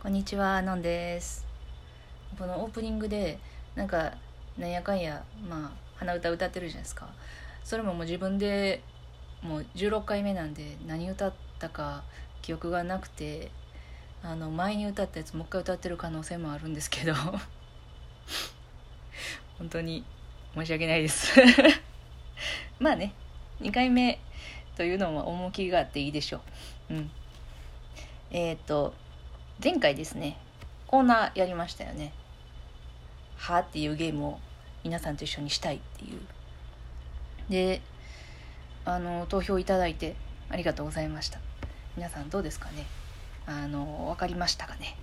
こんにちは、のんです。このオープニングでなんやかんや鼻歌歌ってるじゃないですか。それももう自分でもう16回目なんで何歌ったか記憶がなくて、前に歌ったやつもう一回歌ってる可能性もあるんですけど本当に申し訳ないですまあね、2回目というのも趣きがあっていいでしょう。前回ですね、コーナーやりましたよね。はっていうゲームを皆さんと一緒にしたいっていう。で、投票いただいてありがとうございました。皆さんどうですかね。わかりましたかね。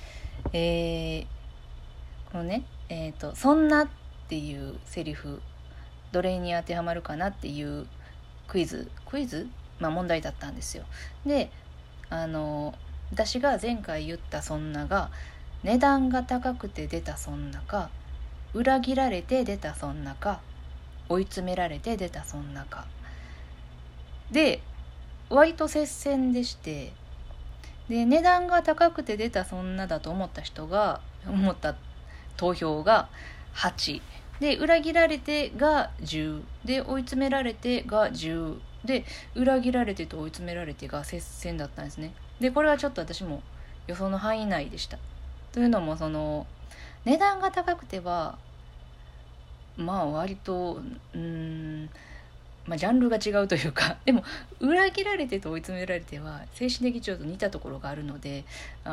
このね、そんなっていうセリフ、どれに当てはまるかなっていうクイズ、問題だったんですよ。で、私が前回言ったそんなが、値段が高くて出たそんなか、裏切られて出たそんなか、追い詰められて出たそんなかで、割と接戦でして、で値段が高くて出たそんなだと思った投票が8で、裏切られてが10で、追い詰められてが10で、裏切られてと追い詰められてが接戦だったんですね。でこれはちょっと私も予想の範囲内でした。というのも、その値段が高くては割とジャンルが違うというか、でも裏切られてと追い詰められては精神的ちょっと似たところがあるので、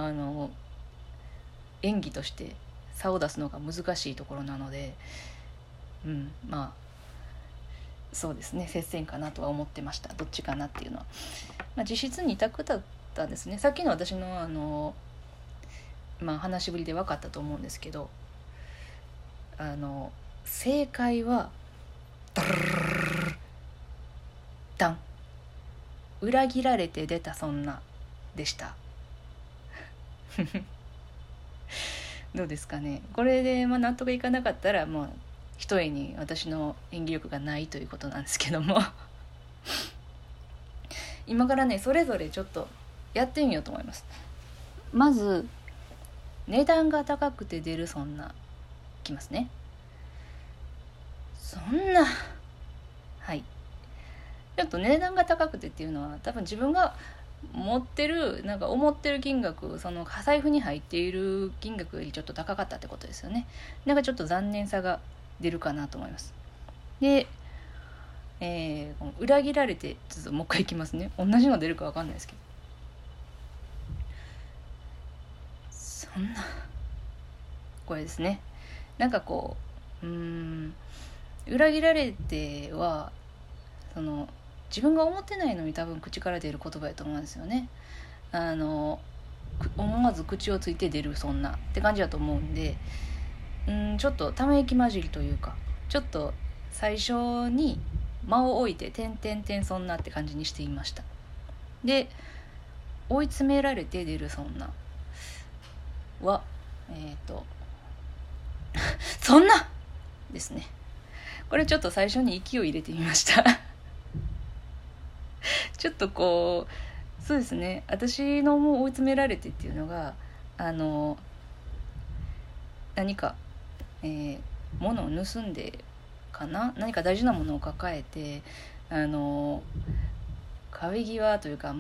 演技として差を出すのが難しいところなので、そうですね、接戦かなとは思ってました。どっちかなっていうのは、実質2択だったんですね。さっきの私の話しぶりで分かったと思うんですけど、正解はダン、裏切られて出たそんなでしたどうですかね。これで納得いかなかったら、もう一重に私の演技力がないということなんですけども今からね、それぞれちょっとやってみようと思います。まず値段が高くて出るそんな、いきますね。そんな、はい、ちょっと値段が高くてっていうのは、多分自分が持ってる思ってる金額、その財布に入っている金額よりちょっと高かったってことですよね。ちょっと残念さが出るかなと思います。で、裏切られて、ちょっともう一回いきますね。同じの出るか分かんないですけど、そんな、これですね。裏切られては、その自分が思ってないのに多分口から出る言葉やと思うんですよね。思わず口をついて出るそんなって感じだと思うんで、ちょっとため息混じりというか、ちょっと最初に間を置いて点々点そんなって感じにしていました。で、追い詰められて出るそんなはそんなですね。これちょっと最初に勢い入れてみましたちょっとそうですね、私のもう追い詰められてっていうのが、何か、物を盗んでかな、何か大事なものを抱えて、壁際というか、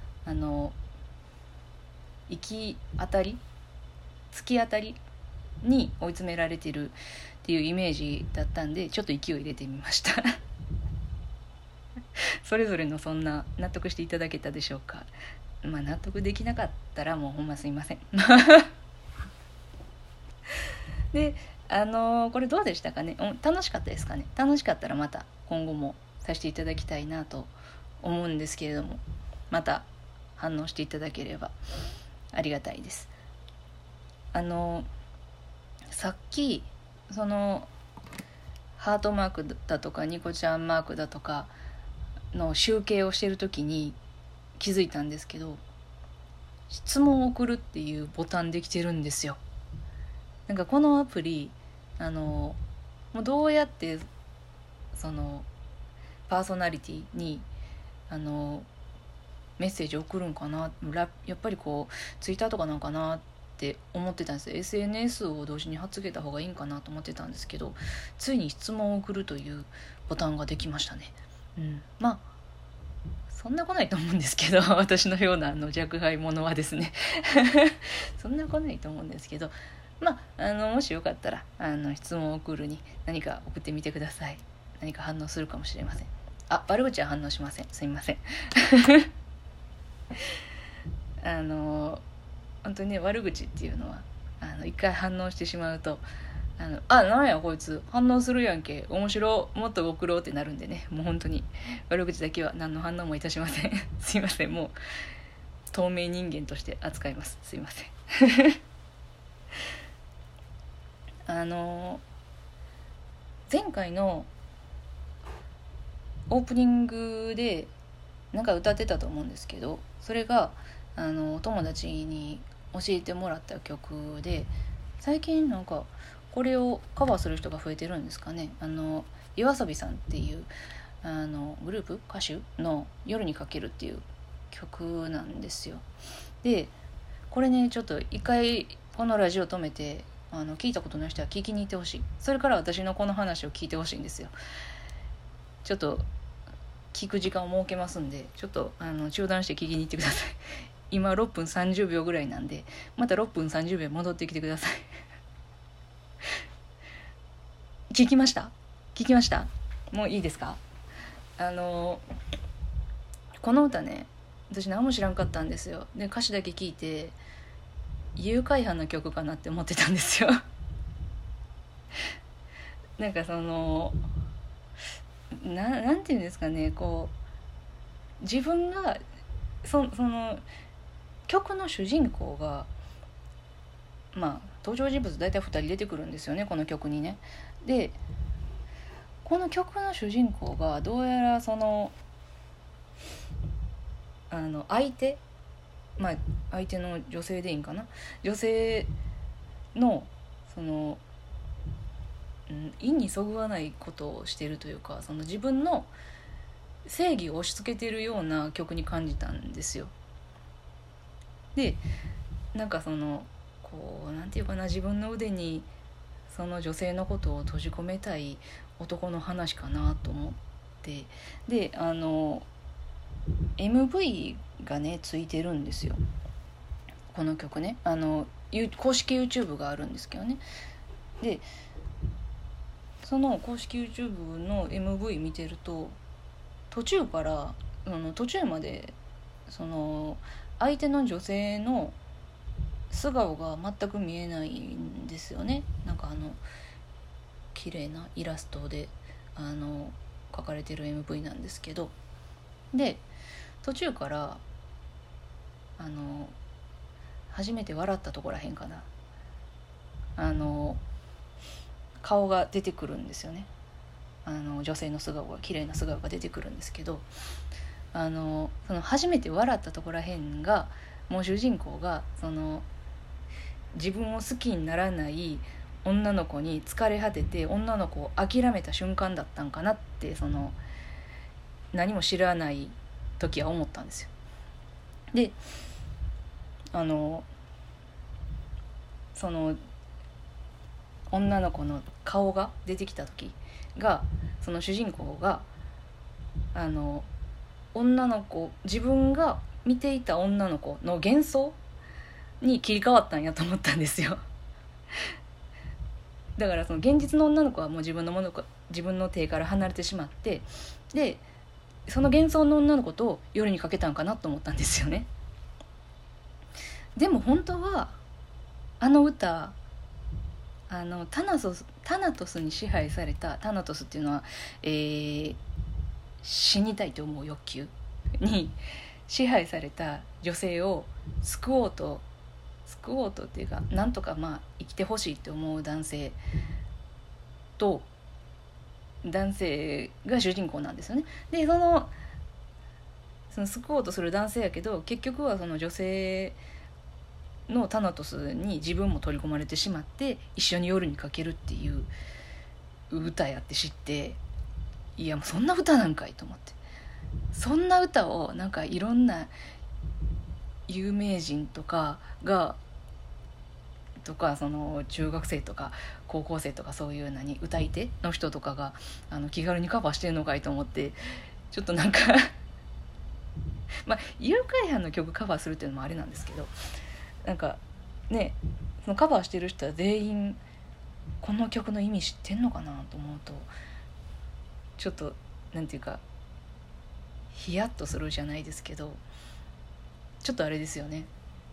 行き当たり突き当たりに追い詰められてるっていうイメージだったんで、ちょっと勢い入れてみましたそれぞれのそんな納得していただけたでしょうか。納得できなかったらもうほんますいませんで、これどうでしたかね。楽しかったですかね。楽しかったらまた今後もさせていただきたいなと思うんですけれども、また反応していただければありがたいです。さっきそのハートマークだとかニコちゃんマークだとかの集計をしてる時に気づいたんですけど、質問を送るっていうボタンできてるんですよ。このアプリ、もうどうやってそのパーソナリティにメッセージ送るんかな、やっぱりツイッターとかなんかなっって思ってたんですよ。 SNS を同時に貼っつけた方がいいんかなと思ってたんですけど、ついに質問を送るというボタンができましたね。まあそんな来ないと思うんですけど私のような若輩者はですねそんな来ないと思うんですけど、もしよかったら質問を送るに何か送ってみてください。何か反応するかもしれません。悪口は反応しません。すみません本当にね、悪口っていうのは一回反応してしまうとなんやこいつ反応するやんけ、面白もっと送ろうってなるんでね、もう本当に悪口だけは何の反応もいたしませんすいません。もう透明人間として扱います。すいません前回のオープニングでなんか歌ってたと思うんですけど、それがお友達に教えてもらった曲で、最近なんかこれをカバーする人が増えてるんですかね。YOASOBIさんっていうグループ歌手の夜にかけるっていう曲なんですよ。でこれね、ちょっと一回このラジオ止めて聞いたことない人は聞きに行ってほしい。それから私のこの話を聞いてほしいんですよ。ちょっと聞く時間を設けますんで、ちょっと中断して聞きに行ってください今6分30秒ぐらいなんで、また6分30秒戻ってきてください聞きましたもういいですか。この歌ね、私何も知らんかったんですよ。で歌詞だけ聞いて誘拐犯の曲かなって思ってたんですよなんかなんていうんですかね、こう自分がその曲の主人公が登場人物大体2人出てくるんですよね、この曲にね。でこの曲の主人公がどうやら相手相手の女性でいいんかな、女性の意にそぐわないことをしているというか、自分の正義を押し付けているような曲に感じたんですよ。でなんかなんていうかな、自分の腕にその女性のことを閉じ込めたい男の話かなと思って、でMV がねついてるんですよ、この曲ね。公式 YouTube があるんですけどね。でその公式 YouTube の MV 見てると、途中まで相手の女性の素顔が全く見えないんですよね。なんか綺麗なイラストで描かれてる MV なんですけど、で途中から初めて笑ったとこらへんかな、顔が出てくるんですよね。女性の素顔が、綺麗な素顔が出てくるんですけど、その初めて笑ったとこらへんが、もう主人公が自分を好きにならない女の子に疲れ果てて女の子を諦めた瞬間だったんかなって、何も知らない時は思ったんですよ。でその女の子の顔が出てきた時が、その主人公が女の子、自分が見ていた女の子の幻想に切り替わったんやと思ったんですよ。だから現実の女の子はもう自分の手から離れてしまって、でその幻想の女の子と夜にかけたんかなと思ったんですよね。でも本当は歌タナトスに支配された、タナトスっていうのは、死にたいと思う欲求に支配された女性を救おうとっていうか、なんとか生きてほしいって思う男性が主人公なんですよね。でその救おうとする男性やけど、結局はその女性のタナトスに自分も取り込まれてしまって、一緒に夜にかけるっていう歌やって知って、いやもうそんな歌なんかいと思って、そんな歌をなんかいろんな有名人とかがとかその中学生とか高校生とかそういう歌い手の人とかが気軽にカバーしてるのかいと思ってちょっとなんかまあ誘拐犯の曲カバーするっていうのもあれなんですけど、なんかねそのカバーしてる人は全員この曲の意味知ってんのかなと思うとちょっとなんていうかヒヤッとするじゃないですけど、ちょっとあれですよね、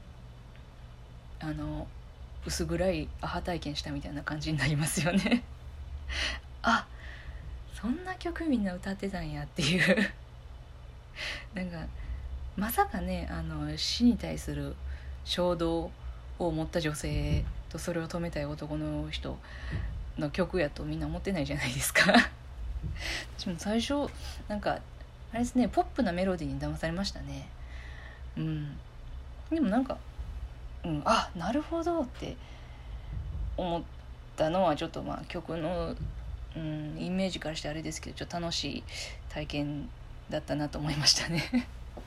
薄暗いアハ体験したみたいな感じになりますよねあ、そんな曲みんな歌ってたんやっていうなんかまさかね死に対する衝動を持った女性とそれを止めたい男の人の曲やとみんな思ってないじゃないですか私も最初なんかあれですね、ポップなメロディーに騙されましたね。でもなんか、あ、なるほどって思ったのはちょっと曲の、イメージからしてあれですけどちょっと楽しい体験だったなと思いましたね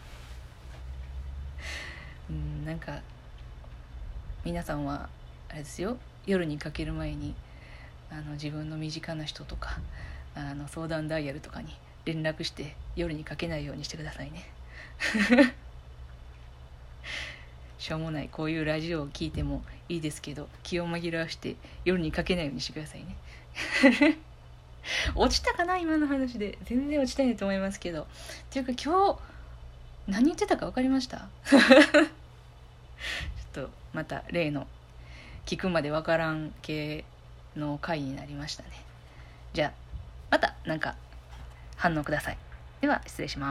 なんか皆さんはあれですよ、夜にかける前に自分の身近な人とか相談ダイヤルとかに連絡して夜にかけないようにしてくださいねしょうもないこういうラジオを聞いてもいいですけど気を紛らわして夜にかけないようにしてくださいね落ちたかな今の話で。全然落ちたいなと思いますけど、っていうか今日何言ってたか分かりましたちょっとまた例の聞くまで分からん系の回になりましたね。じゃあまたなんか反応ください。では失礼します。